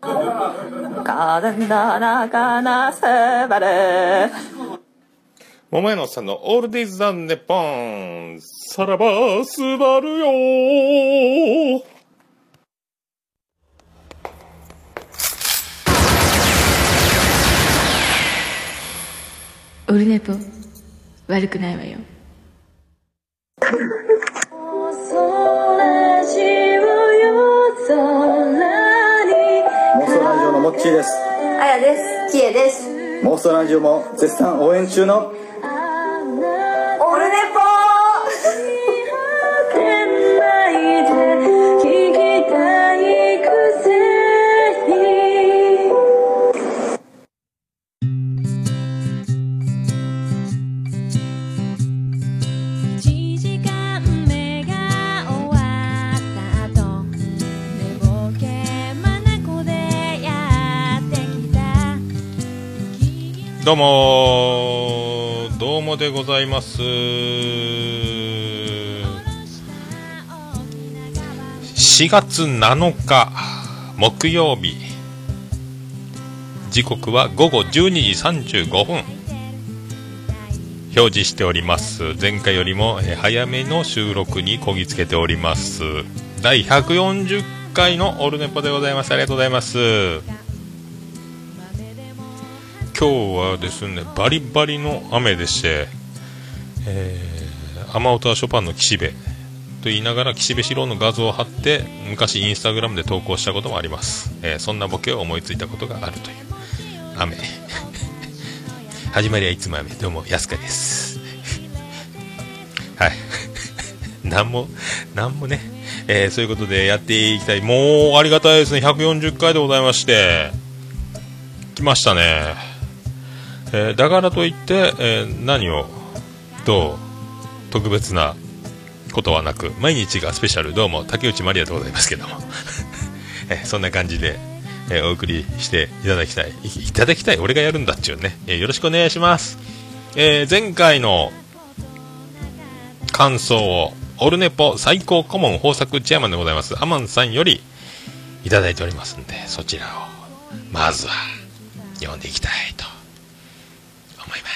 桃屋のおっさんのオールディーズ・ザ・ネッポン。さらばスバルよー。 オルネポ悪くないわよ。 妄想ラジオのモッチーです。 あやです。キエです。 妄想ラジオも絶賛応援中のオルネポどうもでございます。4月7日木曜日、時刻は午後12時35分表示しております。前回よりも早めの収録にこぎつけております。第140回のオルネポでございます。ありがとうございます。今日はですね、バリバリの雨でして、雨音はショパンの岸辺と言いながら岸辺四郎の画像を貼って昔インスタグラムで投稿したこともあります。そんなボケを思いついたことがあるという雨始まりはいつも雨。どうもやすかですはいなんもね、そういうことでやっていきたい。もうありがたいですね。140回でございまして、来ましたね。だからといって、何をどう特別なことはなく、毎日がスペシャル。どうも竹内まりやでございますけどもそんな感じで、お送りしていただきたい俺がやるんだっちゅうね、よろしくお願いします。前回の感想をオルネポ最高顧問豊作チェアマンでございますアマンさんよりいただいておりますんで、そちらをまずは読んでいきたいと思います。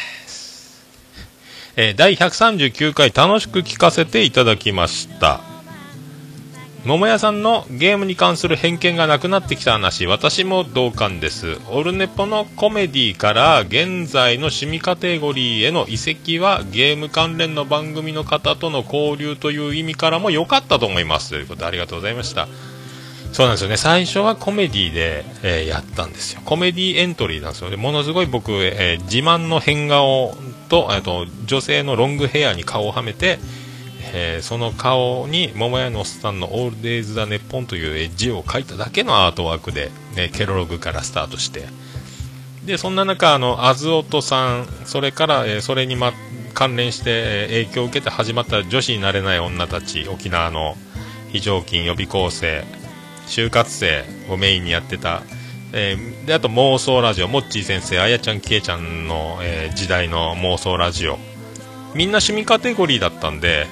第139回楽しく聞かせていただきました。桃屋さんのゲームに関する偏見がなくなってきた話、私も同感です。オルネポのコメディから現在の趣味カテゴリーへの移籍はゲーム関連の番組の方との交流という意味からも良かったと思います。ということでありがとうございました。そうなんですよね。最初はコメディで、やったんですよ。コメディエントリーなんですよ。でものすごい僕、自慢の変顔と、女性のロングヘアに顔をはめて、その顔に桃屋のおっさんのオールデイズ・ザ・ネッポンという字を書いただけのアートワークで、ケロログからスタートして、でそんな中アズオトさん、それから、それに、関連して、影響を受けて始まった女子になれない女たち、沖縄の非常勤予備校生就活生をメインにやってた、であと妄想ラジオ、モッチー先生、あやちゃん、きえちゃんの、時代の妄想ラジオ、みんな趣味カテゴリーだったんで、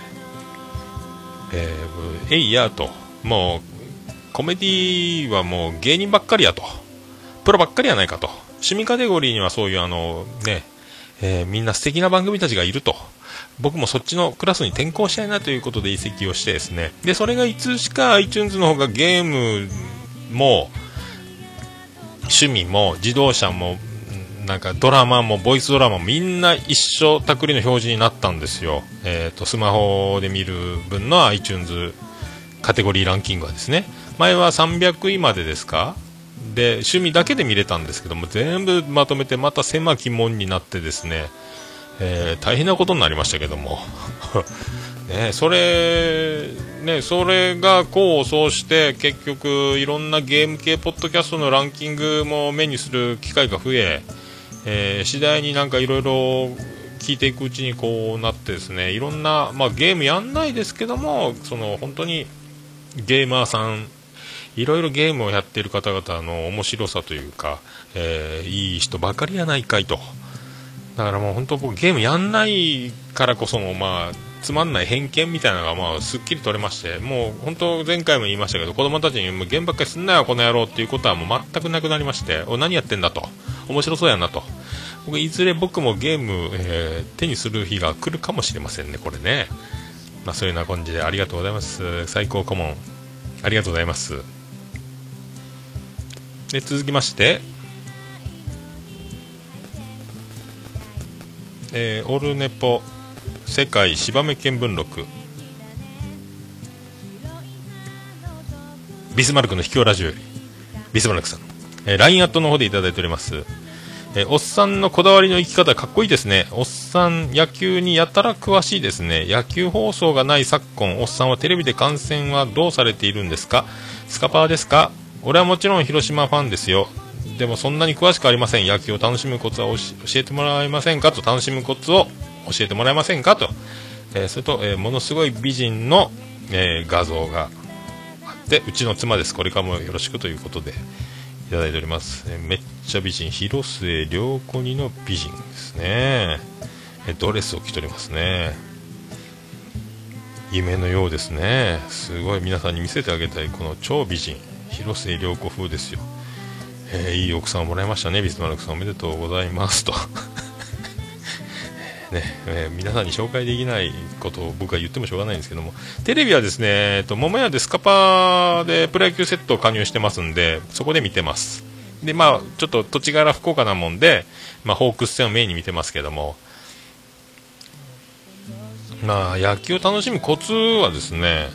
いやと、もうコメディはもう芸人ばっかりやと、プロばっかりやないかと、趣味カテゴリーにはそういうみんな素敵な番組たちがいると、僕もそっちのクラスに転校したいなということで移籍をしてですね、でそれがいつしか iTunes の方がゲームも趣味も自動車もなんかドラマもボイスドラマもみんな一緒たくりの表示になったんですよ。スマホで見る分の iTunes カテゴリーランキングはですね、前は300位までですかで趣味だけで見れたんですけども、全部まとめてまた狭き門になってですね、大変なことになりましたけどもそれが功を奏して結局いろんなゲーム系ポッドキャストのランキングも目にする機会が増え、次第になんかいろいろ聞いていくうちにこうなってですね、いろんな、ゲームやんないですけども、その本当にゲーマーさん、いろいろゲームをやっている方々の面白さというか、いい人ばかりやないかいと。だからもう本当僕ゲームやんないからこそもつまんない偏見みたいなのがまあすっきり取れまして、もう本当前回も言いましたけど、子供たちにもうゲームばっかりすんなよこの野郎っていうことはもう全くなくなりまして、何やってんだと、面白そうやなと。いずれ僕もゲーム、手にする日が来るかもしれませんね、これね。まあそういうような感じでありがとうございます。最高顧問ありがとうございます。で続きまして、オルネポ世界芝目見聞録、ビスマルクの秘境ラジオよりビスマルクさん、LINE アットの方でいただいております。おっさんのこだわりの生き方かっこいいですね。おっさん野球にやたら詳しいですね。野球放送がない昨今、おっさんはテレビで観戦はどうされているんですか？スカパーですか？俺はもちろん広島ファンですよ。でもそんなに詳しくありません。野球を楽しむコツは教えてもらえませんかと。楽しむコツを教えてもらえませんかと。それと、ものすごい美人の、画像があって、うちの妻です。これからもよろしくということでいただいております。めっちゃ美人、広末涼子にの美人ですね。ドレスを着ておりますね。夢のようですね。すごい皆さんに見せてあげたいこの超美人広末涼子風ですよ。いい奥さんをもらいましたね。ビスマルクさんおめでとうございますとね、皆さんに紹介できないことを僕は言ってもしょうがないんですけども、テレビはですね、桃屋でスカパーでプロ野球セットを加入してますんで、そこで見てます。でまあちょっと土地柄福岡なもんで、まあ、ホークス戦をメインに見てますけども、まあ野球を楽しむコツはですね、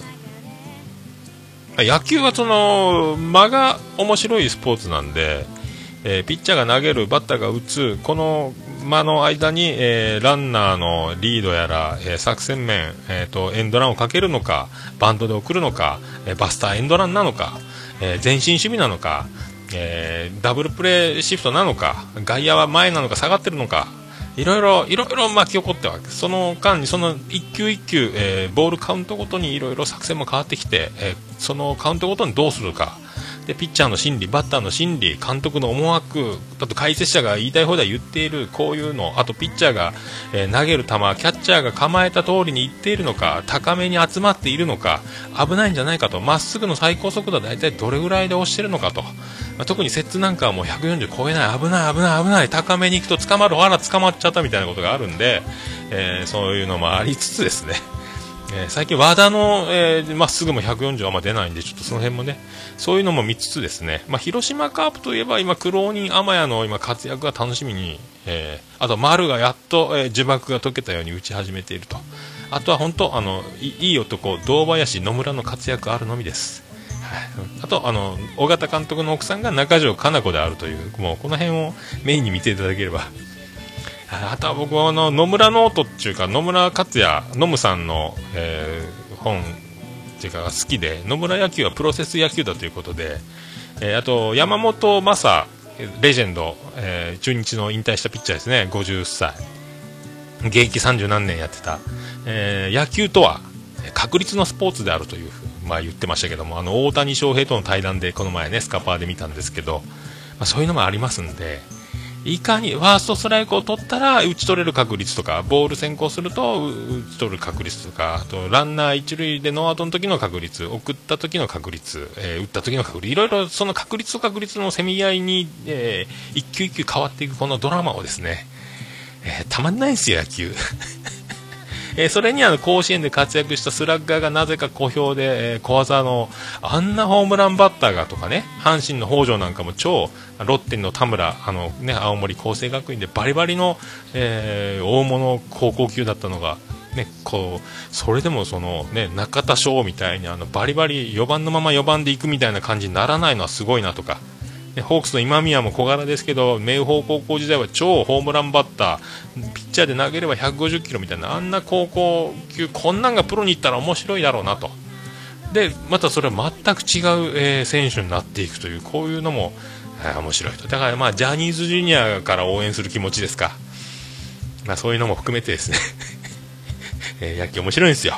野球はその間が面白いスポーツなんで、ピッチャーが投げる、バッターが打つ、この間の間に、ランナーのリードやら、作戦面、エンドランをかけるのか、バントで送るのか、バスターエンドランなのか、前進守備なのか、ダブルプレーシフトなのか、外野は前なのか下がってるのか、いろいろ巻き起こってわけ。その間にその一球一球、ボールカウントごとにいろいろ作戦も変わってきて、そのカウントごとにどうするかで、ピッチャーの心理、バッターの心理、監督の思惑、あと解説者が言いたい放題言っているこういうの、あとピッチャーが、投げる球、キャッチャーが構えた通りにいっているのか、高めに集まっているのか、危ないんじゃないかと、まっすぐの最高速度は大体どれぐらいで押してるのかと、特に摂津なんかはもう140超えない、危ない、高めに行くと捕まる、捕まっちゃったみたいなことがあるんで、そういうのもありつつですね、最近和田のまっすぐも140はあんま出ないんで、ちょっとその辺もね、そういうのも見つつですね、広島カープといえば今苦労人天谷の今活躍が楽しみに、あと丸がやっと、呪縛が解けたように打ち始めていると、あとは本当いい男堂林野村の活躍あるのみです。あと尾形監督の奥さんが中条かな子であるという、もうこの辺をメインに見ていただければ。あとは僕は野村ノートっていうか、野村克也野村さんの、本っていうか好きで、野村野球はプロセス野球だということで、あと山本昌レジェンド、中日の引退したピッチャーですね、50歳現役30何年やってた、野球とは確率のスポーツであるというふうに、言ってましたけども、大谷翔平との対談でこの前ねスカパーで見たんですけど、そういうのもありますんで、いかにファーストストライクを取ったら打ち取れる確率とか、ボール先行すると打ち取る確率とか、あとランナー一塁でノーアウトの時の確率、送った時の確率、打った時の確率、いろいろその確率と確率のせめぎ合いに、一球一球変わっていくこのドラマをですね、たまんないんですよ野球それに甲子園で活躍したスラッガーがなぜか好評で、小技のあんなホームランバッターがとかね、阪神の北條なんかも超、ロッテの田村青森厚生学院でバリバリの、大物高校級だったのが、それでも中田翔みたいにバリバリ4番のまま4番で行くみたいな感じにならないのはすごいなとか、ホークスの今宮も小柄ですけど、明豊高校時代は超ホームランバッター、ピッチャーで投げれば150キロみたいな、あんな高校級、こんなんがプロに行ったら面白いだろうなと。でまたそれは全く違う、選手になっていくという、こういうのも、面白いと。だからジャニーズジュニアから応援する気持ちですか、そういうのも含めてですね野球面白いんですよ、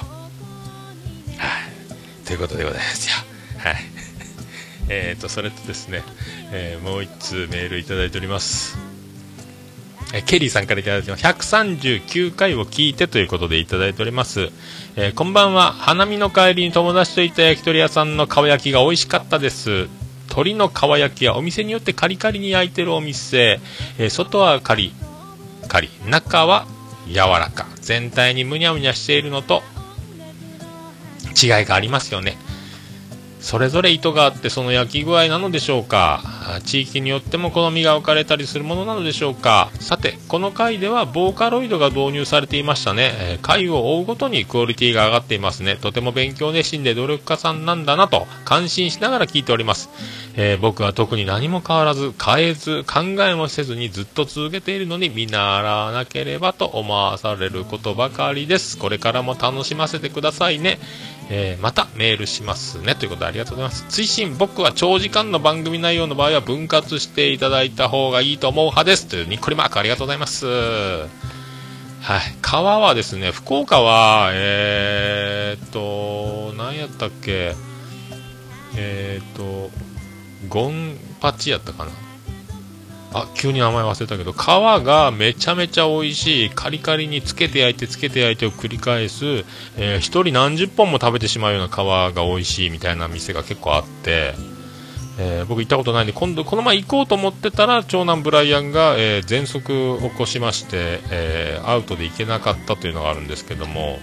ということでございますよ。それとですね、もう一通メールいただいております。 ケリーさんからいただいてます。139回を聞いてということでいただいております。こんばんは。花見の帰りに友達と行った焼き鳥屋さんのかば焼きが美味しかったです。鶏のかば焼きはお店によってカリカリに焼いてるお店、外はカリカリ、中は柔らか、全体にむにゃむにゃしているのと違いがありますよね。それぞれ意図があってその焼き具合なのでしょうか。地域によっても好みが分かれたりするものなのでしょうか。さて、この回ではボーカロイドが導入されていましたね。回を追うごとにクオリティが上がっていますね。とても勉強熱心で努力家さんなんだなと感心しながら聞いております。僕は特に何も変わらず変えず考えもせずにずっと続けているのに見習わなければと思わされることばかりです。これからも楽しませてくださいね。またメールしますねということでありがとうございます。追伸、僕は長時間の番組内容の場合は分割していただいた方がいいと思う派ですというにっこりマークありがとうございます。はい、川はですね、福岡は何やったっけ、ゴンパチやったかな、急に名前忘れたけど、皮がめちゃめちゃ美味しい、カリカリにつけて焼いてつけて焼いてを繰り返す、一人何十本も食べてしまうような皮が美味しいみたいな店が結構あって、僕行ったことないんで、この前行こうと思ってたら長男ブライアンが、喘息を起こしまして、アウトで行けなかったというのがあるんですけども、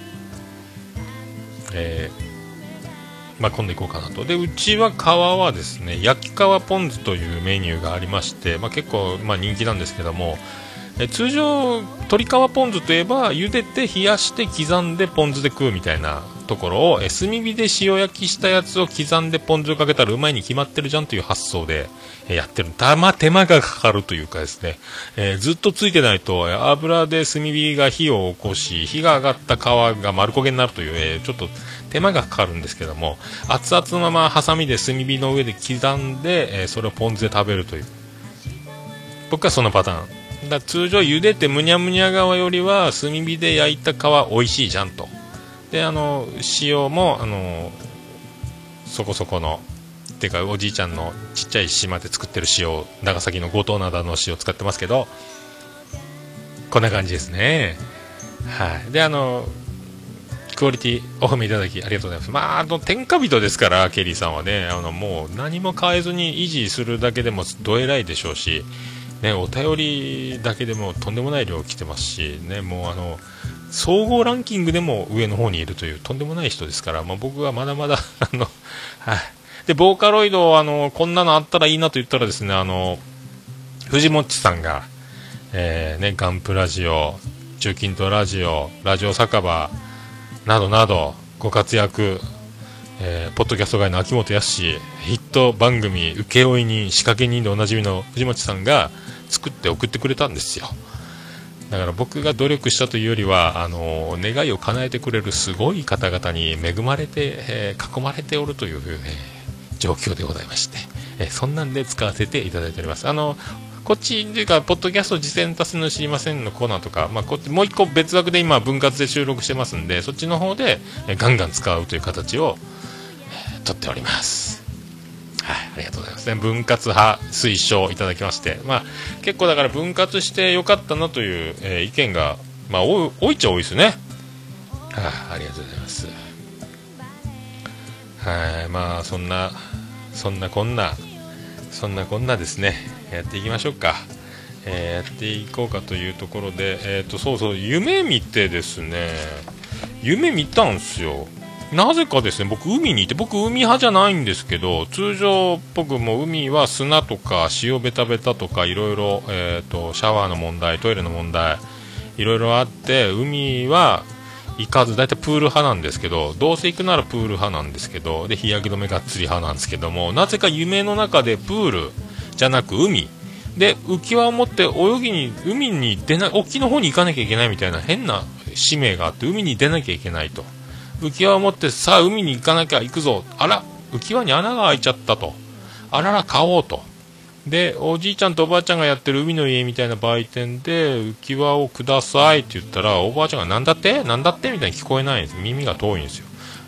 今度行こうかなと。で、うちは皮はですね、焼き皮ポン酢というメニューがありまして、結構、人気なんですけども、通常鶏皮ポン酢といえば茹でて冷やして刻んでポン酢で食うみたいなところを、炭火で塩焼きしたやつを刻んでポン酢をかけたらうまいに決まってるじゃんという発想でやってる。手間がかかるというかですね、ずっとついてないと油で炭火が火を起こし、火が上がった皮が丸焦げになるという、ちょっと手間がかかるんですけども、熱々のままハサミで炭火の上で刻んで、それをポン酢で食べるという、僕はそのパターンだ。通常茹でてむにゃむにゃ側よりは炭火で焼いた皮美味しいじゃんと。で、塩もそこそこのてかおじいちゃんのちっちゃい島で作ってる塩、長崎の五島灘の塩使ってますけど、こんな感じですね。はい。で、クオリティお褒めいただきありがとうございます。天下人ですから、ケリーさんはね、もう何も変えずに維持するだけでもどえらいでしょうし、ね、お便りだけでもとんでもない量来てますし、ね、もう総合ランキングでも上の方にいるというとんでもない人ですから、僕はまだまだはい。で、ボーカロイドをこんなのあったらいいなと言ったらですね、藤もっちさんが、ガンプラジオ、中近東ラジオ、ラジオ酒場などなどご活躍、ポッドキャスト界の秋元康、ヒット番組請負人仕掛け人でおなじみの藤本さんが作って送ってくれたんですよ。だから僕が努力したというよりは願いを叶えてくれるすごい方々に恵まれて、囲まれておるという、状況でございまして、そんなんで使わせていただいております。こっちというかポッドキャスト実践達成の知りませんのコーナーとか、こっちもう一個別枠で今分割で収録してますんで、そっちの方で、ガンガン使うという形を、取っております。はい、ありがとうございますね。分割派推奨いただきまして、結構だから分割してよかったなという、意見が、多いっちゃ多いですね。ありがとうございます。はい、そんなこんなですね、やっていきましょうか。やっていこうかというところで、そう夢見てですね、夢見たんすよ。なぜかですね、僕海にいて、僕海派じゃないんですけど、通常僕も海は砂とか塩ベタベタとかいろいろ、シャワーの問題、トイレの問題いろいろあって、海は行かず、だいたいプール派なんですけど、どうせ行くならプール派なんですけど、で日焼け止めがっつり派なんですけども、なぜか夢の中でプールじゃなく海で浮き輪を持って海に出ない、沖の方に行かなきゃいけないみたいな変な使命があって、海に出なきゃいけないと。浮き輪を持ってさあ海に行かなきゃ行くぞ、あら浮き輪に穴が開いちゃったと、あらら買おうと。でおじいちゃんとおばあちゃんがやってる海の家みたいな売店で浮き輪をくださいって言ったら、おばあちゃんがなんだってみたいに聞こえないんです。耳が遠いんですよ。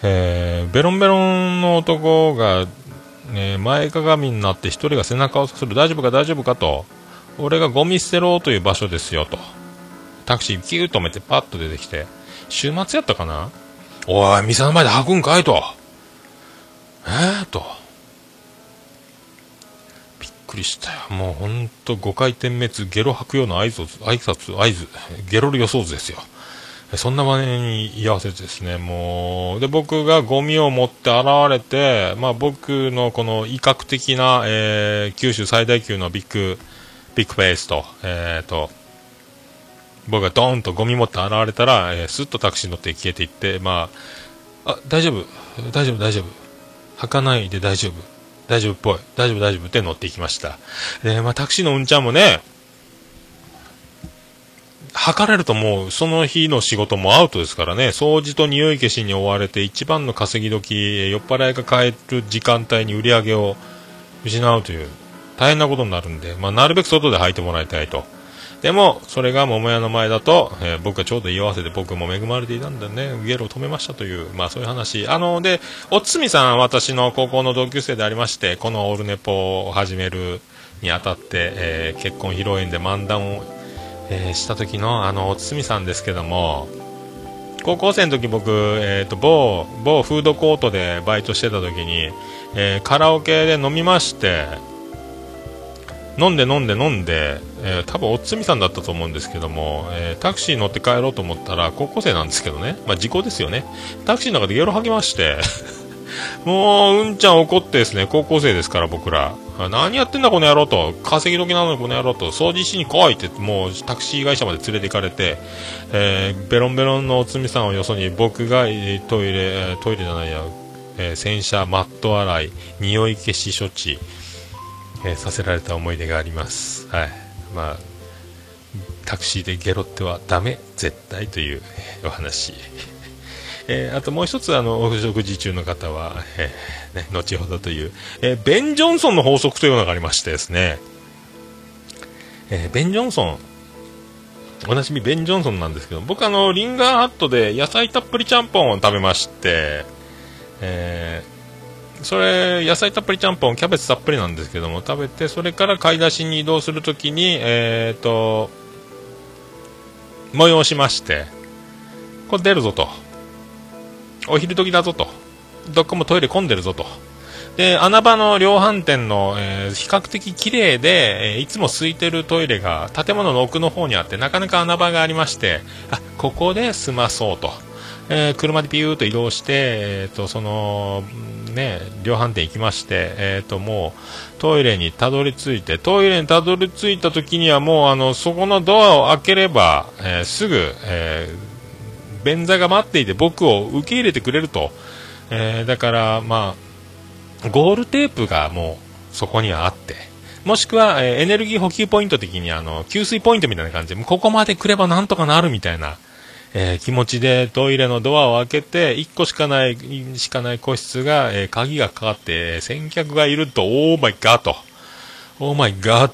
ベロンベロンの男が、前かがみになって一人が背中をさする。大丈夫か大丈夫かと。俺がゴミ捨てろという場所ですよと。タクシーキュー止めてパッと出てきて、週末やったかな、おい店の前で吐くんかいと、とびっくりしたよ。もうほんと5回点滅、ゲロ吐くような合図、ゲロル予想図ですよ。そんな場面に居合わせてですね、もうで僕がゴミを持って現れて、まあ、僕のこの威嚇的な、九州最大級のビッグフェイスと、僕がドーンとゴミ持って現れたら、スッとタクシーに乗って消えていって、まあ、大丈夫吐かないで大丈夫っぽい、大丈夫って乗っていきました。で、まあ、タクシーのうんちゃんもね、吐かれるともうその日の仕事もアウトですからね。掃除と匂い消しに追われて一番の稼ぎ時、酔っ払いが帰る時間帯に売り上げを失うという大変なことになるんで、まあ、なるべく外で吐いてもらいたいと。でもそれが桃屋の前だと、僕がちょうど言い合わせて、僕も恵まれていたんだね、ゲロを止めましたという、まあそういう話。でおつみさん、私の高校の同級生でありまして、このオールネポを始めるにあたって、結婚披露宴で漫談をした時のおつみさんですけども、高校生の時僕、某フードコートでバイトしてた時に、カラオケで飲みまして、飲んで、多分おつみさんだったと思うんですけども、タクシー乗って帰ろうと思ったら高校生なんですけどね、まあ時効ですよね。タクシーの中でゲロ吐きましてもううんちゃん怒ってですね、高校生ですから僕ら、何やってんだこの野郎と、稼ぎ時なのにこの野郎と、掃除しに来いって、もうタクシー会社まで連れて行かれて、ベロンベロンのおつみさんをよそに僕がトイレじゃないや、洗車、マット洗い、匂い消し処置、させられた思い出があります。はい。まあタクシーでゲロってはダメ絶対というお話。あともう一つ、お食事中の方は、ね、後ほどという、ベン・ジョンソンの法則というのがありましてですね、ベン・ジョンソン、おなじみベン・ジョンソンなんですけど、僕リンガーハットで野菜たっぷりちゃんぽんを食べまして、それ野菜たっぷりちゃんぽんキャベツたっぷりなんですけども食べて、それから買い出しに移動するときに催しまして、これ出るぞと、お昼時だぞと、どこもトイレ混んでるぞと。で、穴場の量販店の、比較的綺麗で、いつも空いてるトイレが建物の奥の方にあって、なかなか穴場がありまして、ここで済まそうと。車でピューと移動して、そのね、量販店行きまして、もうトイレにたどり着いて、トイレにたどり着いた時にはもうそこのドアを開ければ、すぐ、便座が待っていて僕を受け入れてくれると。だからまあゴールテープがもうそこにはあって、もしくは、エネルギー補給ポイント的に給水ポイントみたいな感じで、ここまで来ればなんとかなるみたいな、気持ちでトイレのドアを開けて、1個しかない個室が、鍵がかかって先客がいると、オーマイガーとうわ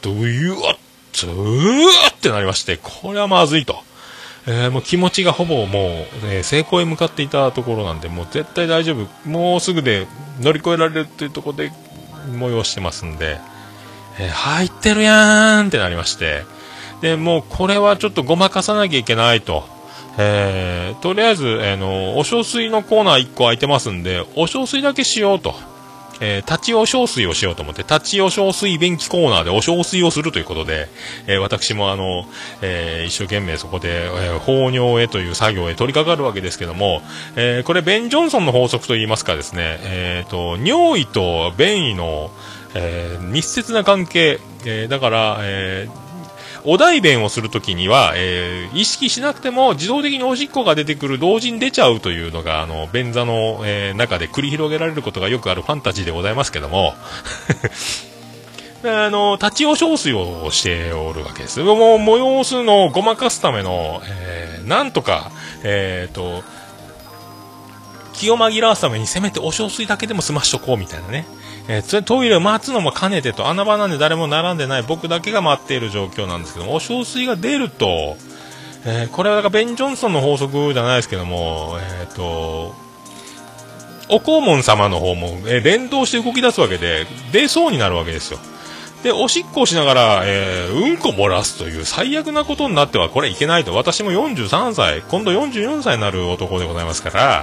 ってなりまして、これはまずいと。もう気持ちがほぼもう、成功へ向かっていたところなんで、もう絶対大丈夫、もうすぐで乗り越えられるっていうところで催してますんで、入ってるやーんってなりまして、でもうこれはちょっとごまかさなきゃいけないと。とりあえず、お小水のコーナー1個空いてますんで、お小水だけしようと。立ちお小水をしようと思って、立ちお小水便器コーナーでお小水をするということで、私も一生懸命そこで、放尿へという作業へ取り掛かるわけですけども、これベン・ジョンソンの法則といいますかですね、尿意と便意の、密接な関係、だから、お大便をするときには、意識しなくても自動的におしっこが出てくる、同時に出ちゃうというのが便座の、中で繰り広げられることがよくあるファンタジーでございますけども立ちお小水をしておるわけです。もう催すのをごまかすための、なんとか気を紛らわすためにせめてお小水だけでも済ましとこうみたいなね。それトイレを待つのも兼ねてと、穴場なんで誰も並んでない僕だけが待っている状況なんですけども、お小水が出ると、これはだからベン・ジョンソンの法則じゃないですけども、 お黄門様の方も、連動して動き出すわけで、出そうになるわけですよ。で、おしっこをしながら、うんこ漏らすという最悪なことになってはこれいけないと。私も43歳、今度44歳になる男でございますから、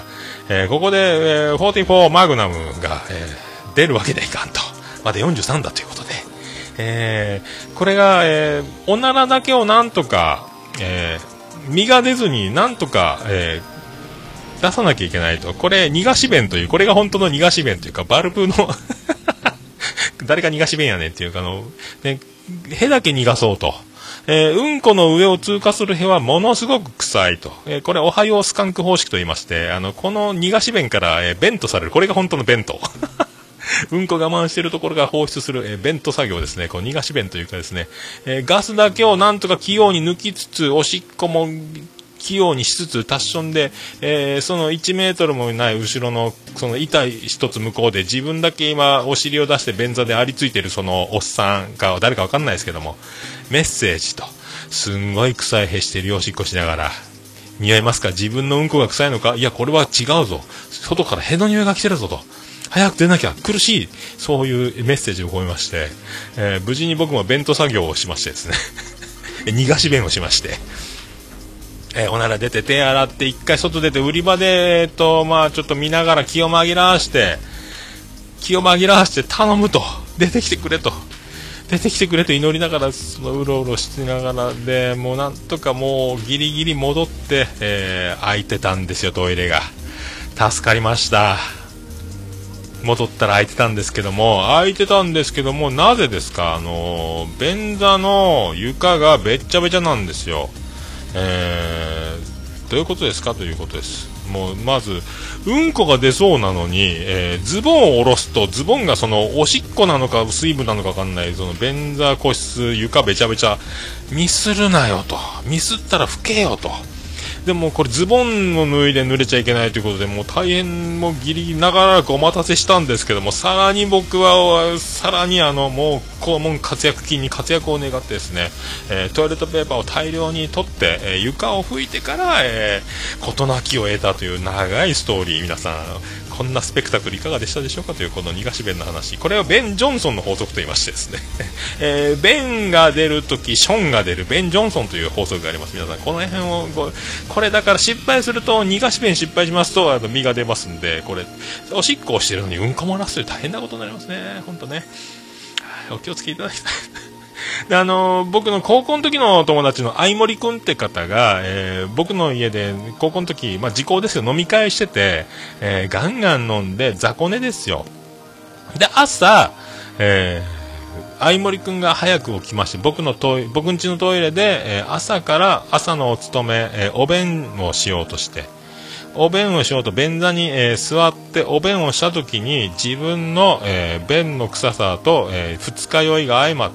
ここで、44マグナムが、出るわけでいかんと。まだ43だということで。これが、おならだけをなんとか、身が出ずになんとか、出さなきゃいけないと。これ、逃がし弁という、これが本当の逃がし弁というか、バルブの、誰が逃がし弁やねんっていうか、ね、へだけ逃がそうと。うんこの上を通過するへはものすごく臭いと。これ、おはようスカンク方式と言いまして、この逃がし弁から、弁とされる。これが本当の弁と。うんこ我慢しているところが放出する、弁と作業ですね。この逃がし弁というかですね、ガスだけをなんとか器用に抜きつつ、おしっこも器用にしつつ、タッションで、その1メートルもない後ろの、その板一つ向こうで自分だけ今お尻を出して便座でありついているそのおっさんか誰かわかんないですけども、メッセージと、すんごい臭いへしてるよおしっこしながら、匂いますか？自分のうんこが臭いのか？いや、これは違うぞ。外からへの匂いが来てるぞと。早く出なきゃ苦しい。そういうメッセージを込めまして、無事に僕も弁当作業をしましてですね。逃がし弁をしまして。おなら出て手洗って一回外出て売り場でまあちょっと見ながら気を紛らわして頼むと出てきてくれと祈りながらそのうろうろしながらでもうなんとかもうギリギリ戻って、空いてたんですよトイレが。助かりました。戻ったら空いてたんですけどもなぜですか便座の床がべっちゃべちゃなんですよ。どういうことですかということです。もうまずうんこが出そうなのに、ズボンを下ろすとズボンがそのおしっこなのか水分なのか分かんないその便座個室床べちゃべちゃミスるなよと、ミスったら拭けよと。でもこれズボンを脱いで濡れちゃいけないということでもう大変もうギリ長らくお待たせしたんですけども、さらに僕はさらにもう肛門活躍筋に活躍を願ってですね、トイレットペーパーを大量に取って、床を拭いてから、事なきを得たという長いストーリー。皆さんこんなスペクタクルいかがでしたでしょうかというこの逃がし弁の話、これはベン・ジョンソンの法則と言いましてですね、ベンが出るときションが出るベン・ジョンソンという法則があります。皆さんこの辺をこれだから失敗すると逃がし弁失敗しますと身が出ますんで、これおしっこをしてるのにうんこ漏らすという大変なことになりますね。本当ね、お気をつけいただきたい。で僕の高校の時の友達の相森くんって方が、僕の家で高校の時、時効ですよ、飲み会してて、ガンガン飲んで雑魚寝ですよ。で朝、相森くんが早く起きまして僕ん家のトイレで、朝から朝のお勤め、お弁をしようと便座に、座ってお便をしたときに自分の、便の臭さと、二日酔いが相まって、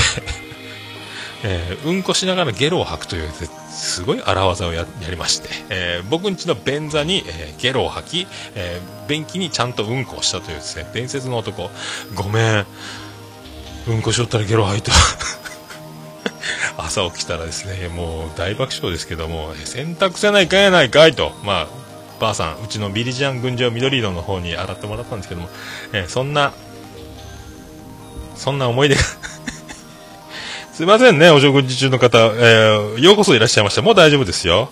うんこしながらゲロを吐くというすごい荒技を やりまして、僕ん家の便座に、ゲロを吐き、便器にちゃんとうんこをしたというですね伝説の男。ごめんうんこしよったらゲロ吐いた朝起きたらですねもう大爆笑ですけども、洗濯せないかやないかいと、ばあさんうちのビリジャン群青緑色の方に洗ってもらったんですけども、そんな思い出がすいませんねお食事中の方、ようこそいらっしゃいました。もう大丈夫ですよ。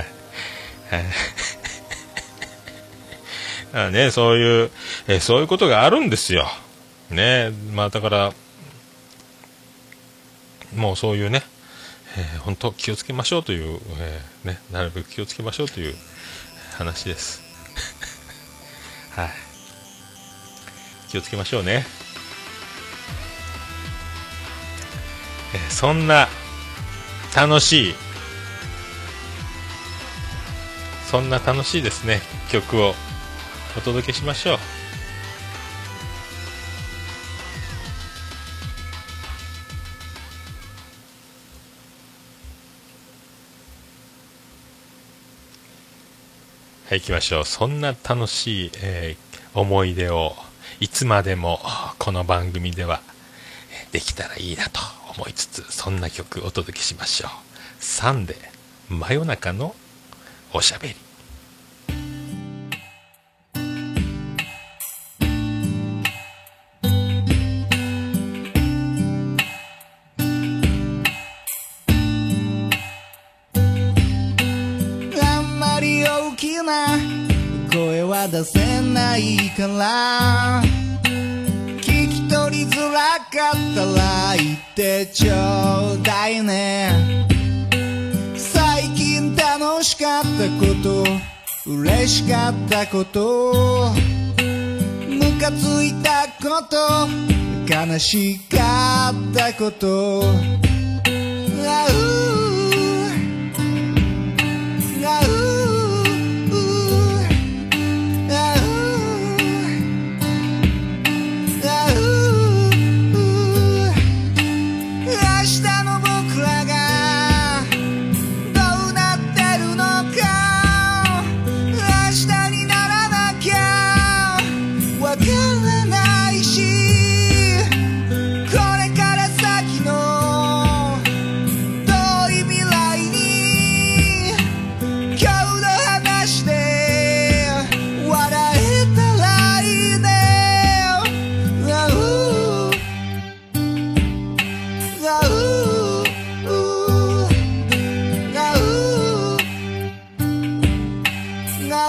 はいそういうことがあるんですよね。だからもうそういうね、本当気をつけましょうという、なるべく気をつけましょうという話ですはい、気をつけましょうね。そんな楽しいですね曲をお届けしましょう。はい、行きましょう。そんな楽しい、思い出をいつまでもこの番組ではできたらいいなと思いつつ、そんな曲お届けしましょう。サンデー真夜中のおしゃべり。 は出せないから聞き取りづらかったら言ってちょうだいね。最近楽しかったこと嬉しかったことムカついたこと悲しかったことあうあうあうあう明日の僕らがどうなってるのか明日にならなきゃわからないしこれから先の遠い未来に今日の話で笑えたらいいね。あうあうあうあ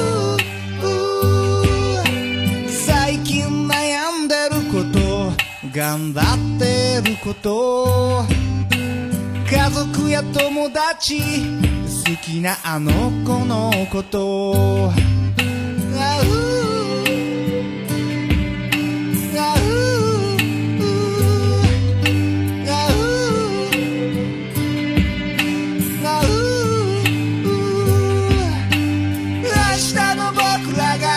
う最近悩んでること頑張ってること家族や友達好きなあの子のことあうあうあうあう明日の僕らが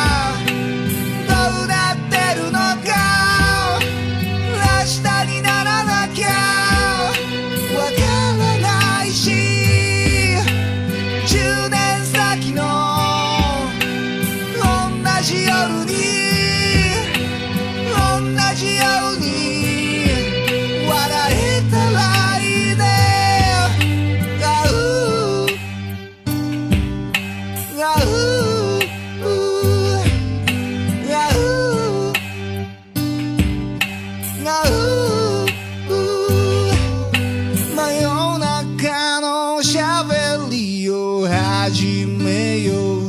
どうなってるのか明日にならなきゃわからないし10年先の同じ夜に同じように笑えたらいいね。あうあうあうあう真夜中のしゃべりを始めよう。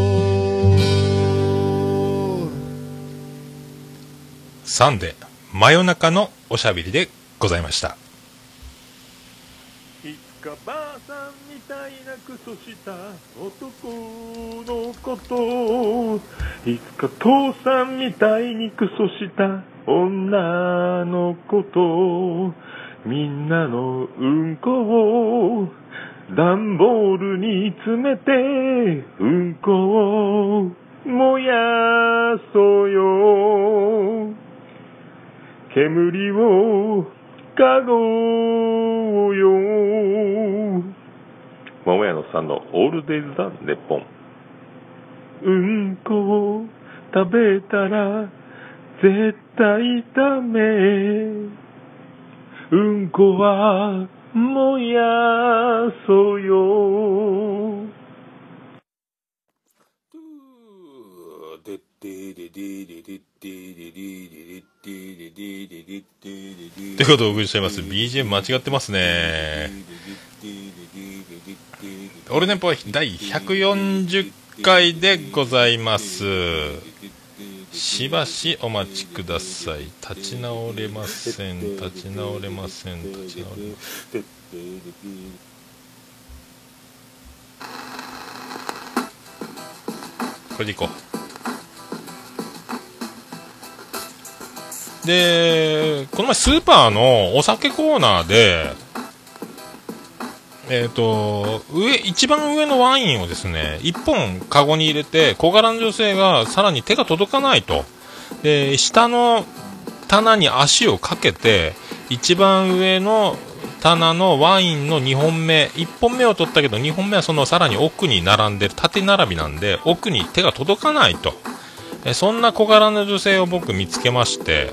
サンデー真夜中のおしゃべりでございました。 いつかばあさんみたいなクソした男のこといつか父さんみたいにクソした女のことみんなのうんこを段ボールに詰めてうんこを燃やそうよ煙をかごうよ桃屋のさんのオールデイズだネッポンうんこを食べたら絶対ダメうんこは燃やそうよということをお送りしています。 BGM 間違ってますね。オルネポ第140回でございます。しばしお待ちください。立ち直れません立ち直れません立ち直れません。これでいこう。でこの前スーパーのお酒コーナーで一番上のワインをですね1本カゴに入れて小柄な女性がさらに手が届かないとで下の棚に足をかけて一番上の棚のワインの2本目1本目を取ったけど2本目はそのさらに奥に並んでる縦並びなんで奥に手が届かないとそんな小柄な女性を僕見つけまして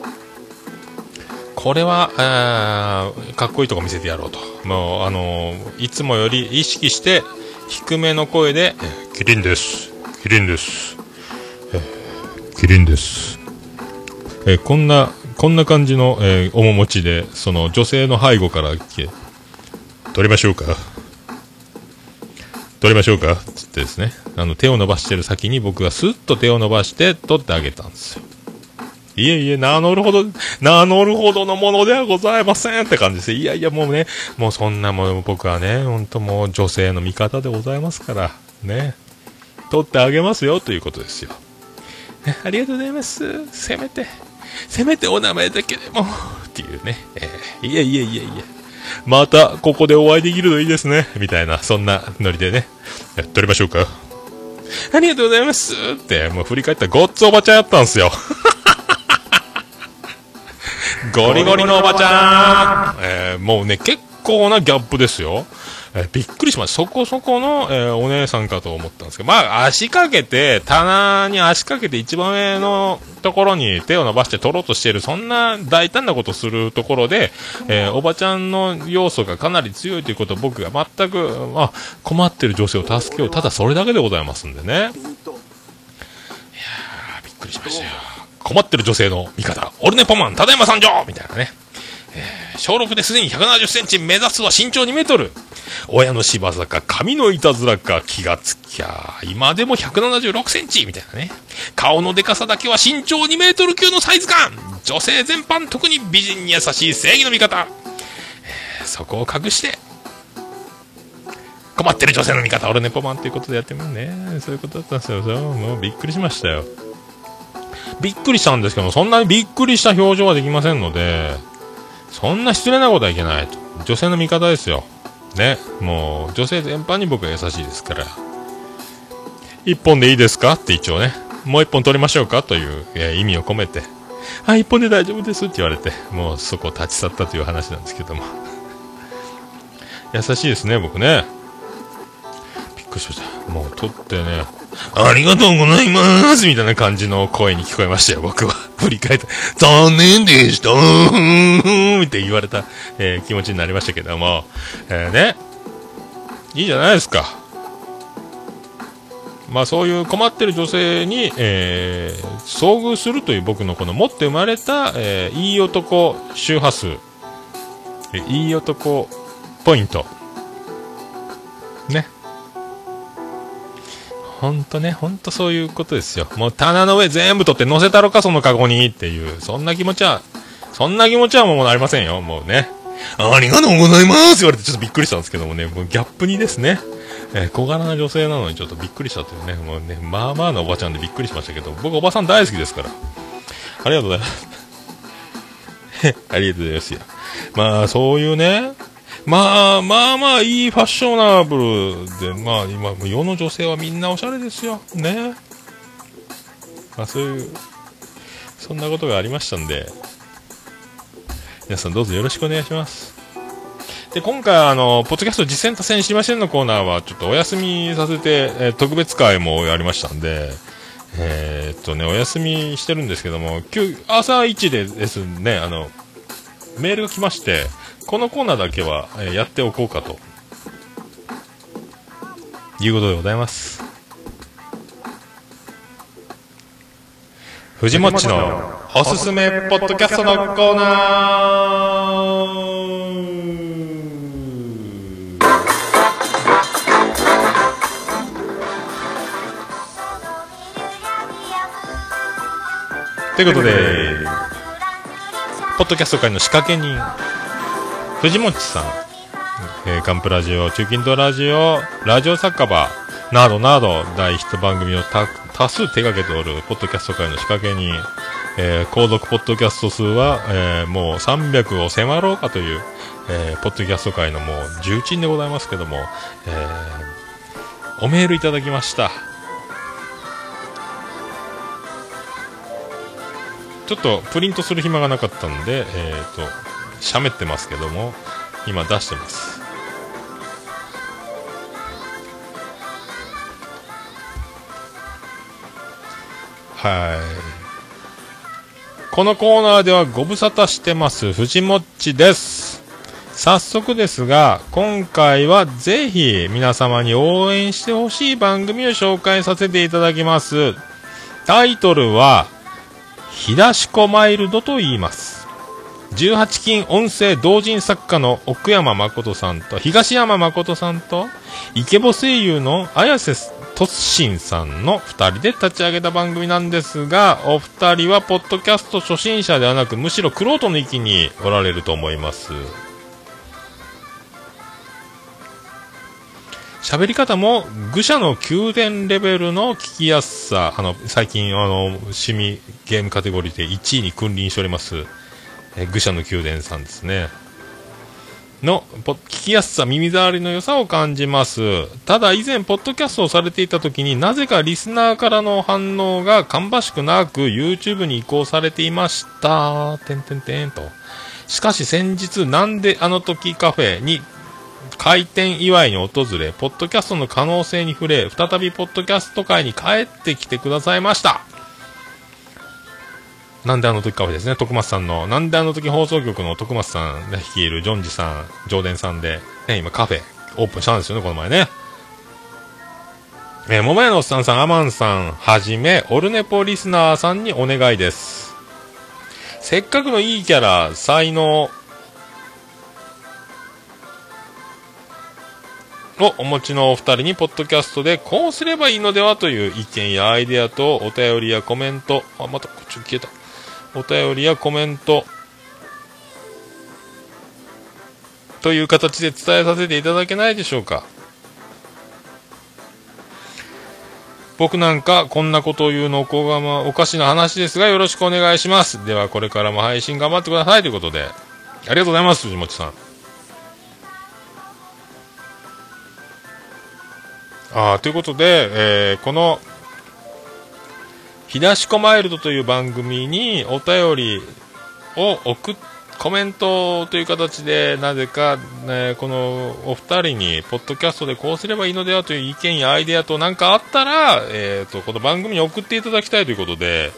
これはかっこいいとこ見せてやろうともういつもより意識して低めの声でキリンですキリンですキリンですこんな感じの、面持ちでその女性の背後から来て取りましょうか撮りましょうかつってですね、手を伸ばしてる先に僕がスッと手を伸ばして撮ってあげたんですよ。いえいえ、名乗るほどのものではございませんって感じですよ。いやいや、もうね、もうそんなもう僕はね、ほんともう女性の味方でございますから、ね、撮ってあげますよということですよ。ありがとうございます。せめてお名前だけでも、っていうね、いや、またここでお会いできるといいですね、みたいな、そんなノリでね、撮りましょうか。ありがとうございますって、もう振り返ったらごっつおばちゃんやったんすよ。ゴリゴリのおばちゃん、もうね、結構なギャップですよ。びっくりしました。そこそこの、お姉さんかと思ったんですけど、まあ、棚に足掛けて一番上のところに手を伸ばして取ろうとしている、そんな大胆なことをするところで、おばちゃんの要素がかなり強いということを僕が全く、困っている女性を助けよう。ただそれだけでございますんでね。いやー、びっくりしましたよ。困ってる女性の味方、オルネポマン、ただいま参上みたいなね。小6ですでに170センチ、目指すは身長2メートル。親の仕業か、髪のいたずらか、気がつきゃ、今でも176センチみたいなね。顔のデカさだけは身長2メートル級のサイズ感。女性全般、特に美人に優しい正義の味方。そこを隠して、困ってる女性の味方、オルネポマンということでやってみるね。そういうことだったんですよ。もうびっくりしましたよ。びっくりしたんですけども、そんなにびっくりした表情はできませんので、そんな失礼なことはいけないと。女性の味方ですよ。ね。もう、女性全般に僕は優しいですから。一本でいいですかって一応ね、もう一本取りましょうかという、意味を込めて、一本で大丈夫ですって言われて、もうそこを立ち去ったという話なんですけども。優しいですね、僕ね。びっくりしました。もう取ってね、ありがとうございますみたいな感じの声に聞こえましたよ、僕は。振り返って、残念でしたって言われた、気持ちになりましたけども、ね。いいじゃないですか。まあそういう困ってる女性に、遭遇するという僕のこの持って生まれた、いい男周波数、いい男ポイント。ね。ほんとそういうことですよ。もう棚の上全部取って乗せたろか、そのカゴにっていう、そんな気持ちはもうありませんよ、もうね。ありがとうございます言われてちょっとびっくりしたんですけどもね、もうギャップにですね、小柄な女性なのにちょっとびっくりしたというね、もうね、まあまあのおばちゃんでびっくりしましたけど、僕おばさん大好きですから。ありがとうございます。ありがとうございますよ。まあそういうね、まあいいファッショナブルで、まあ今世の女性はみんなおしゃれですよね。まあそういうそんなことがありましたんで、皆さんどうぞよろしくお願いします。で今回ポッドキャスト実践達成知りませんのコーナーはちょっとお休みさせて、特別会もやりましたんで、お休みしてるんですけども、朝一でですね、メールが来まして、このコーナーだけは、やっておこうかということでございます。藤もっちのおすすめポッドキャストのコーナー。ということで、ポッドキャスト界の仕掛け人藤もっちさん、ガンプラジオ、中近東ラジオ、ラジオ酒場などなど大ヒット番組を多数手掛けておるポッドキャスト界の仕掛け人、購読ポッドキャスト数は、もう300を迫ろうかという、ポッドキャスト界のもう重鎮でございますけども、おメールいただきました。ちょっとプリントする暇がなかったんで、喋ってますけども、今出してます。はい。このコーナーではご無沙汰してます藤もっちです。早速ですが、今回はぜひ皆様に応援してほしい番組を紹介させていただきます。タイトルは、ひだしこマイルドと言います。 18金音声同人作家の奥山誠さんと東山誠さんとイケボ声優の綾瀬とっしんさんの2人で立ち上げた番組なんですが、お二人はポッドキャスト初心者ではなくむしろ玄人の域におられると思います。喋り方も愚者の宮殿レベルの聞きやすさ、最近趣味ゲームカテゴリーで1位に君臨しております愚者の宮殿さんですねの聞きやすさ、耳障りの良さを感じます。ただ以前ポッドキャストをされていた時になぜかリスナーからの反応が芳しくなく YouTube に移行されていましたと。しかし先日なんであの時カフェに開店祝いに訪れポッドキャストの可能性に触れ再びポッドキャスト界に帰ってきてくださいました。なんであの時カフェですね、徳松さんのなんであの時放送局の徳松さんが率いるジョンジさん上田さんで、ね、今カフェオープンしたんですよね、この前ね。桃屋のおっさんさん、アマンさんはじめオルネポリスナーさんにお願いです。せっかくのいいキャラ才能をお持ちのお二人にポッドキャストでこうすればいいのではという意見やアイデアとお便りやコメント、またこっち消えた、お便りやコメントという形で伝えさせていただけないでしょうか。僕なんかこんなことを言うのおかしな話ですがよろしくお願いします。ではこれからも配信頑張ってくださいということで、ありがとうございます。藤本さん。ということで、このひだしこマイルドという番組にお便りをコメントという形でなぜか、このお二人にポッドキャストでこうすればいいのではという意見やアイデアと何かあったら、この番組に送っていただきたいということで、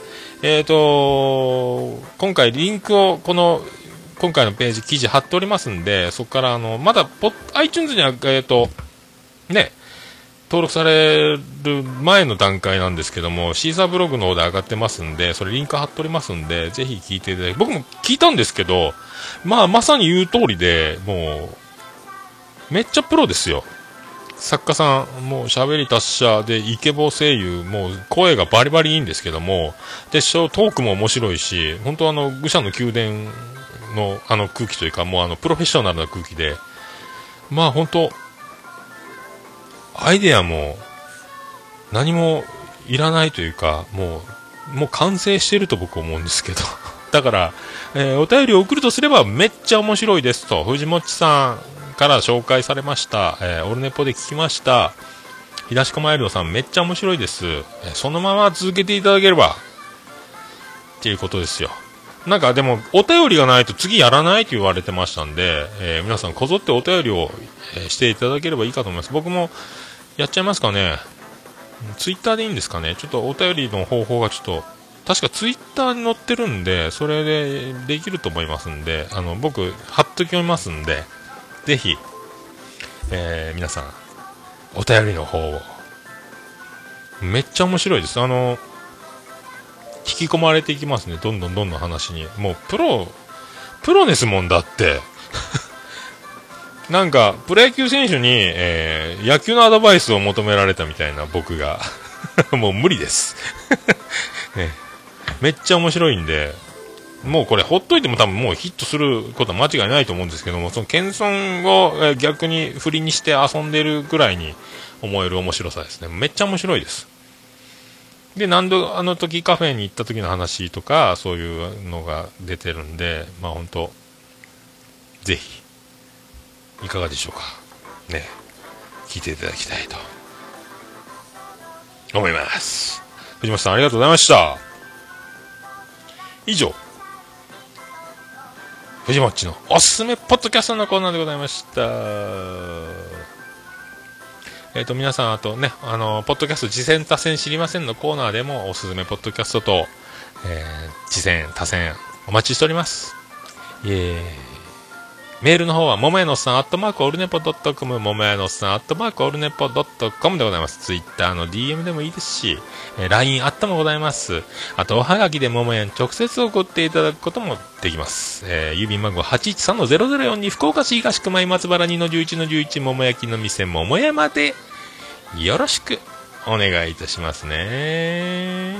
今回リンクを今回のページ記事貼っておりますんで、そこからまだiTunes にはね登録される前の段階なんですけども、シーサーブログの方で上がってますんで、それリンク貼っておりますんで、ぜひ聞いていただき、僕も聞いたんですけど、まさに言う通りで、もうめっちゃプロですよ。作家さんもう喋り達者でイケボ声優、もう声がバリバリいいんですけども、でトークも面白いし、本当愚者の宮殿の空気というか、もうプロフェッショナルな空気で、本当アイデアも何もいらないというか、もう完成していると僕は思うんですけどだから、お便りを送るとすればめっちゃ面白いですと藤もちさんから紹介されました、オルネポで聞きましたひだしこマイルドさんめっちゃ面白いです、そのまま続けていただければっていうことですよ。なんかでもお便りがないと次やらないと言われてましたんで、皆さんこぞってお便りを、していただければいいかと思います。僕もやっちゃいますかね。ツイッターでいいんですかね。ちょっとお便りの方法がちょっと確かツイッターに載ってるんで、それでできると思いますんで、僕貼っときますんで、ぜひ、皆さんお便りの方をめっちゃ面白いです。引き込まれていきますね。どんどん話に。もうプロですもんだってなんかプロ野球選手に、野球のアドバイスを求められたみたいな僕がもう無理です、ね、めっちゃ面白いんで、もうこれほっといても多分もうヒットすることは間違いないと思うんですけども、その謙遜を、逆に振りにして遊んでるぐらいに思える面白さですね。めっちゃ面白いです。で何度あの時カフェに行った時の話とかそういうのが出てるんで、本当ぜひいかがでしょうかね、聞いていただきたいと思います。藤本さんありがとうございました。以上藤本のおすすめポッドキャストのコーナーでございました。皆さんあとね、ポッドキャスト次戦他戦知りませんのコーナーでもおすすめポッドキャストと、次戦他戦お待ちしております。イエーイ。 メールの方は、ももやのさん、オルネポ.com、ももやのさん、オルネポ.com でございます。ツイッターの DM でもいいですし、LINE もございます。あと、おはがきでももやに直接送っていただくこともできます。郵便番号 813-0042、福岡市東区前松原 2-11-11、ももやきの店、ももやまで、よろしくお願いいたしますね。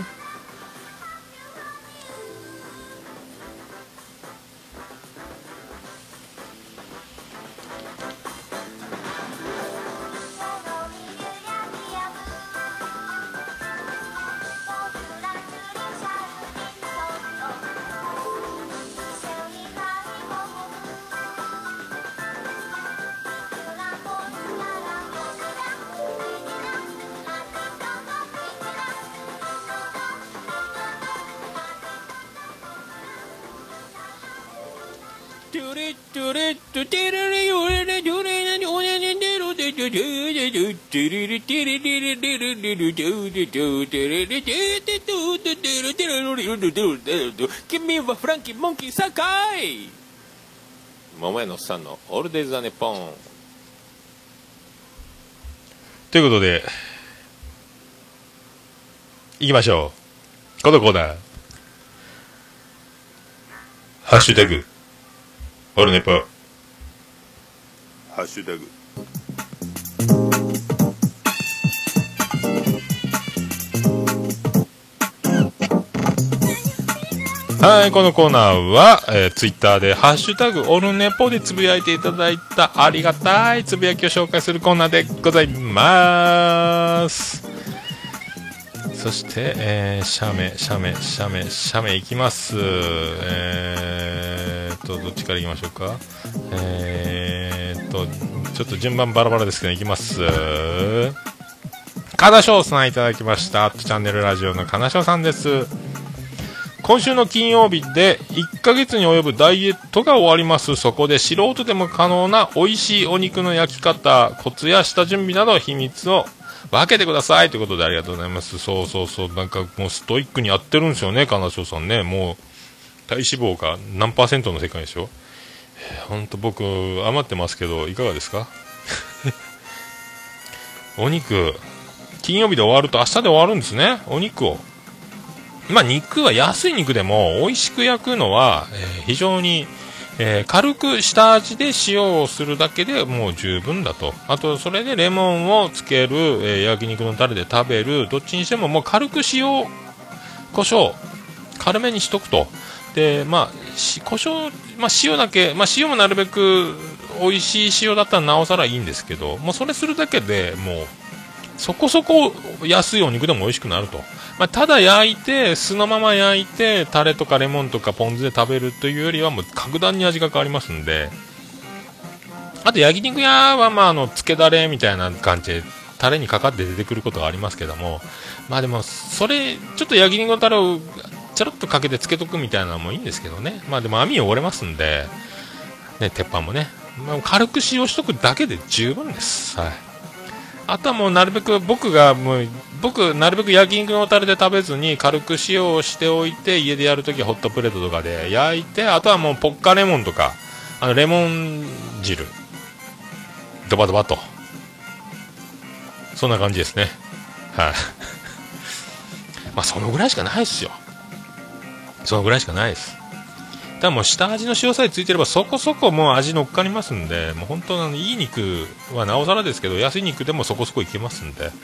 君はフランキーモンキー酒井桃屋のおっさんのオールデイズ・ザ・ネポンということでいきましょう。このコーナーハッシュタグオルネポハッシュタグはい、このコーナーは、ツイッターでハッシュタグオルネポでつぶやいていただいたありがたいつぶやきを紹介するコーナーでございます。そして、写メいきます。どっちからいきましょうか。ちょっと順番バラバラですけどいきます。金賞さんいただきました。チャンネルラジオの金賞さんです。今週の金曜日で1ヶ月に及ぶダイエットが終わります。そこで素人でも可能な美味しいお肉の焼き方、コツや下準備など秘密を分けてくださいということでありがとうございます。そうなんかもうストイックにやってるんですよね、金賞さんね。もう体脂肪が何%の世界でしょ。ほんと僕余ってますけどいかがですかお肉金曜日で終わると明日で終わるんですね。お肉を肉は安い肉でも美味しく焼くのは、非常に、軽く下味で塩をするだけでもう十分だと。あとそれでレモンをつける、焼肉のタレで食べる、どっちにしてももう軽く塩胡椒軽めにしとくと。で胡椒、塩だけ、塩もなるべく美味しい塩だったらなおさらいいんですけど、もうそれするだけでもうそこそこ安いお肉でも美味しくなると。ただ焼いて素のまま焼いてタレとかレモンとかポン酢で食べるというよりはもう格段に味が変わりますんで。あと焼肉屋は漬けだれみたいな感じでタレにかかって出てくることがありますけども、でもそれちょっと焼肉のタレをちょろっとかけて漬けとくみたいなのもいいんですけどね。でも網汚れますんでね、鉄板もね、軽く塩しとくだけで十分です。はい。あとはもうなるべく僕なるべく焼肉のタレで食べずに軽く塩をしておいて、家でやるときはホットプレートとかで焼いて、あとはもうポッカレモンとかレモン汁ドバドバと、そんな感じですね。はい、そのぐらいしかないですよ。そのぐらいしかないです。ただもう下味の塩さえついてればそこそこもう味乗っかりますんで、もう本当いい肉はなおさらですけど、安い肉でもそこそこいけますんで、はい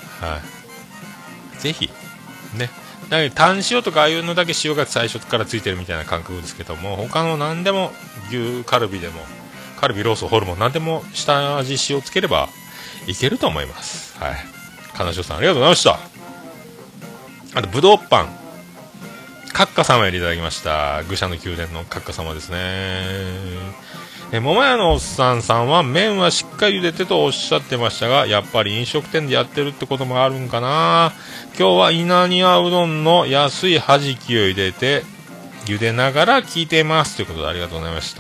、ぜひね。だから単塩とかああいうのだけ塩が最初からついてるみたいな感覚ですけども、他の何でも牛カルビでもカルビロースホルモン何でも下味塩つければいけると思います。はい。金城さんありがとうございました。あとぶどうパンカッカ様よりいただきました。愚者の宮殿のカッカ様ですね。桃屋のおっさんさんは麺はしっかり茹でてとおっしゃってましたが、やっぱり飲食店でやってるってこともあるんかな。今日は稲庭うどんの安いはじきを茹でて茹でながら聞いてますということでありがとうございました。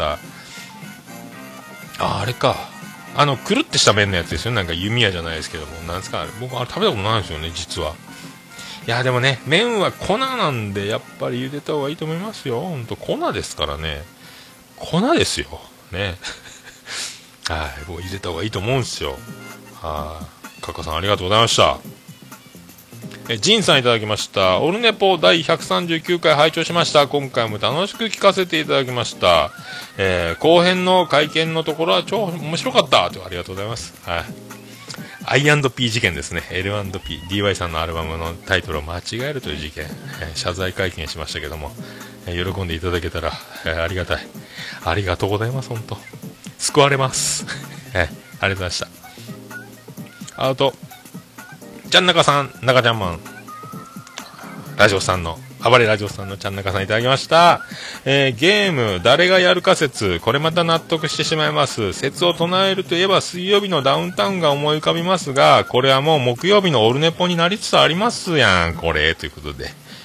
あれか、くるってした麺のやつですよ。なんか弓矢じゃないですけども、なんですか、僕食べたことないんですよね、実は。いやでもね、麺は粉なんでやっぱり茹でた方がいいと思いますよ。ほんと粉ですからね。粉ですよ。 ね。はい、僕入れた方がいいと思うんですよ。はい、カッカさんありがとうございました。ジンさんいただきました。オルネポ第139回拝聴しました。今回も楽しく聞かせていただきました。後編の会見のところは超面白かったと。ありがとうございます。はい、I&P 事件ですね。 L&P DY さんのアルバムのタイトルを間違えるという事件、謝罪会見しましたけども、喜んでいただけたら、ありがたい。ありがとうございます。本当救われます。ありがとうございました。あとちゃんなかさん、中ちゃんマンラジオさんの暴れラジオさんのちゃんなかさんいただきました。ゲーム誰がやるか説、これまた納得してしまいます。説を唱えるといえば水曜日のダウンタウンが思い浮かびますが、これはもう木曜日のオルネポになりつつありますやんこれということで、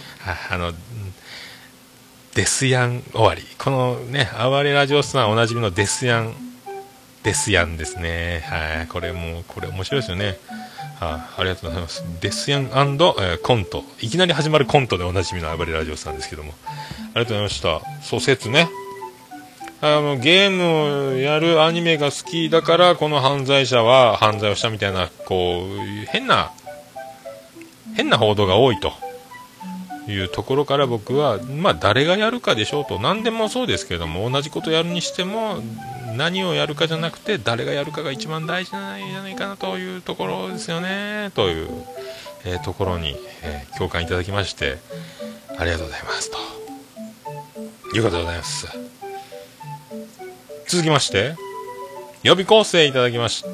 デスヤン終わり、このね暴れラジオさんおなじみのデスヤンですね。はい、これ面白いですよね。ありがとうございます。デスヤン&、コント、いきなり始まるコントでおなじみの暴れラジオさんですけども、ありがとうございました。そう説ね、ゲームをやるアニメが好きだからこの犯罪者は犯罪をしたみたいな、こう変な報道が多いというところから、僕は誰がやるかでしょうと。何でもそうですけども、同じことやるにしても何をやるかじゃなくて誰がやるかが一番大事じゃないかなというところですよね、という、ところに、共感いただきましてありがとうございますということでございます。続きまして予備校生いただきました。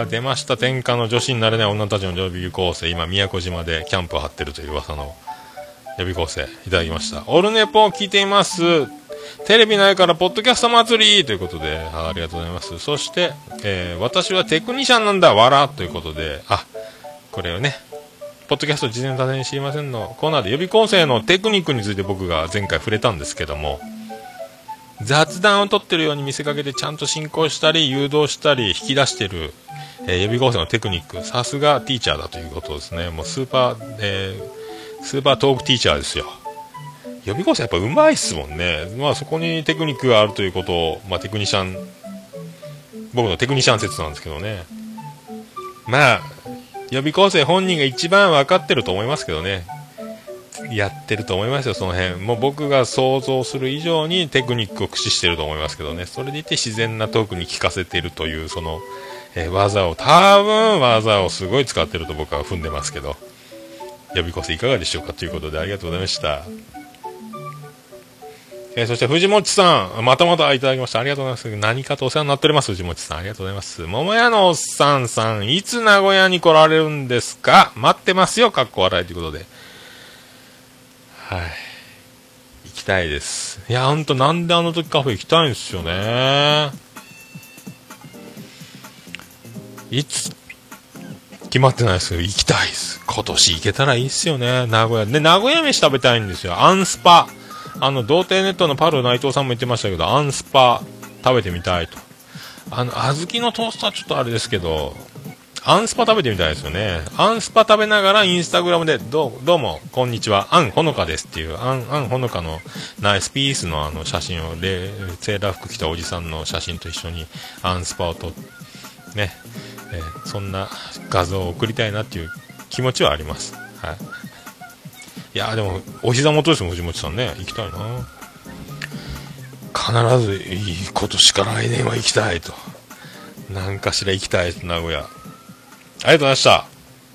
出ました。天下の女子になれない女たちの予備校生、今宮古島でキャンプを張ってるという噂の予備校生いただきました。オルネポを聞いています。テレビないからポッドキャスト祭りということで、ありがとうございます。そして、私はテクニシャンなんだわらということで、これをねポッドキャスト事前多戦知りませんのコーナーで予備校生のテクニックについて僕が前回触れたんですけども、雑談を取ってるように見せかけてちゃんと進行したり誘導したり引き出してる、予備校生のテクニック、さすがティーチャーだということですね。もうスーパートークティーチャーですよ。予備校生やっぱうまいっすもんね。そこにテクニックがあるということを、テクニシャン、僕のテクニシャン説なんですけどね。予備校生本人が一番分かってると思いますけどね。やってると思いますよ、その辺。もう僕が想像する以上にテクニックを駆使してると思いますけどね。それでいて自然なトークに聞かせているという、その、技をすごい使ってると僕は踏んでますけど。予備校生いかがでしょうかということで、ありがとうございました。そして藤本さん、またいただきました。ありがとうございます。何かとお世話になっております。藤本さん、ありがとうございます。桃屋のおっさんさん、いつ名古屋に来られるんですか？待ってますよ、かっこ笑いということで。はい。行きたいです。いや、ほんと、なんであの時カフェ行きたいんですよね。いつ、決まってないですけど、行きたいです。今年行けたらいいっすよね、名古屋で。名古屋飯食べたいんですよ。アンスパ。童貞ネットのパル内藤さんも言ってましたけど、アンスパ食べてみたいと。小豆のトーストはちょっとあれですけど、アンスパ食べてみたいですよね。アンスパ食べながらインスタグラムでどうもこんにちは、アンほのかですっていうアンほのかのナイスピースの写真をセーラー服着たおじさんの写真と一緒にアンスパを撮ってね、そんな画像を送りたいなっていう気持ちはあります。はい。いやでもお膝元ですもん、藤本さんね。行きたいな。必ずいいことしか来年は行きたいと。何かしら行きたいと、名古屋。ありがとうございました。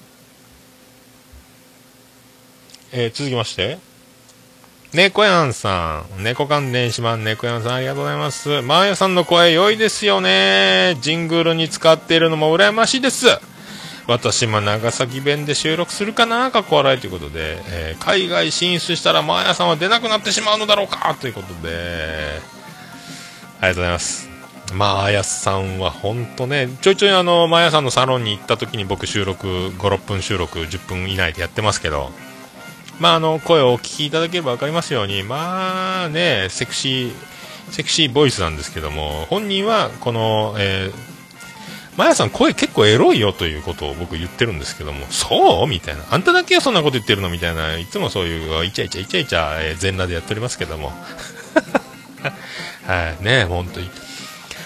続きまして猫やんさん、猫関連しまん猫やんさん、ありがとうございます。マーヤさんの声良いですよね。ジングルに使っているのも羨ましいです。私も長崎弁で収録するかな、かっこ笑いということで、海外進出したらマーヤさんは出なくなってしまうのだろうかということで、ありがとうございます。マーヤさんは本当ね、ちょいちょいマーヤさんのサロンに行った時に僕収録5、6分収録10分以内でやってますけど、声をお聞きいただければ分かりますように、セクシーボイスなんですけども、本人はこの、マヤさん声結構エロいよということを僕言ってるんですけども、そうみたいな、あんただけはそんなこと言ってるのみたいな、いつもそういうイチャイチャ全裸でやっておりますけどもはいね、本当に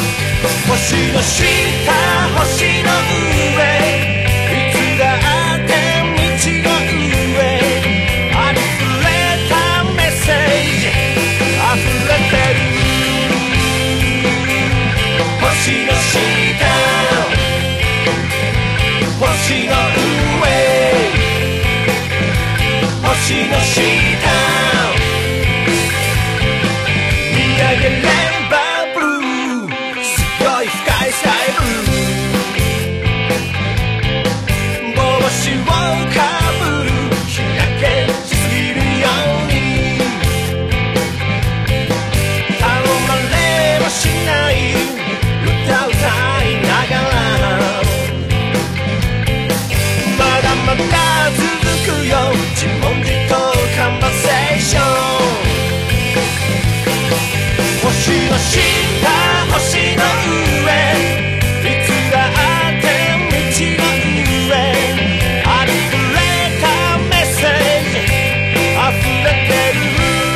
の下星の上いつだって道の上ありふれたメッセージ溢れてる星の下星の上星の下見上げればブルーすごい深いスカイブルー帽子をかぶる日焼けしすぎるように頼まれはしない歌歌いながらまだまだ続くよ自問自答カンバセーション星の下星の上いつだって道の上ありふれたメッセージ溢れてる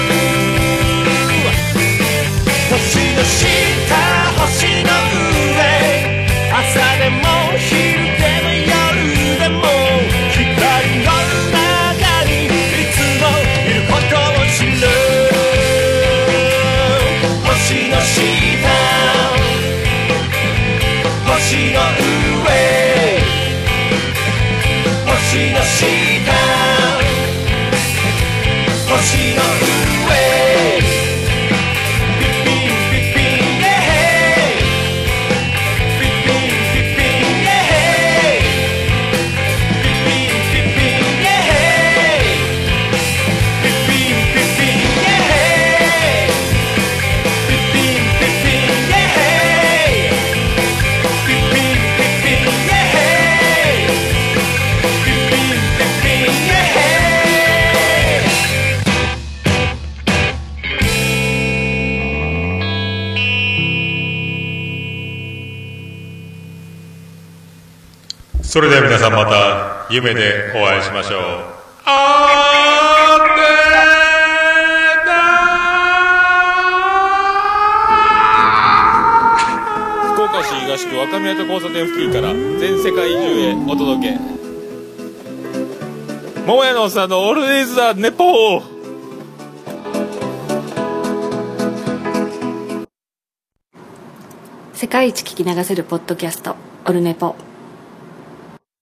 星の下星の上朝でも昼でも夜でも光の中にいつもいることを知る星の下星の上星の下星の上ピッピンピッピンイェヘイピッピンピッピンイェヘイピッピンピッピンイェヘイピッピンピッピンイェヘイピッピンピッピンイェヘイピッピンピッピンイェヘイピッピンピッピンイェヘイそれでは皆さんまた夢でお会いしましょう。あー福岡市東区若宮と交差点付近から全世界中へお届け、桃屋のおっさんのオールデイズ・ザ・ネポー。 世界一聞き流せるポッドキャストオルネポ。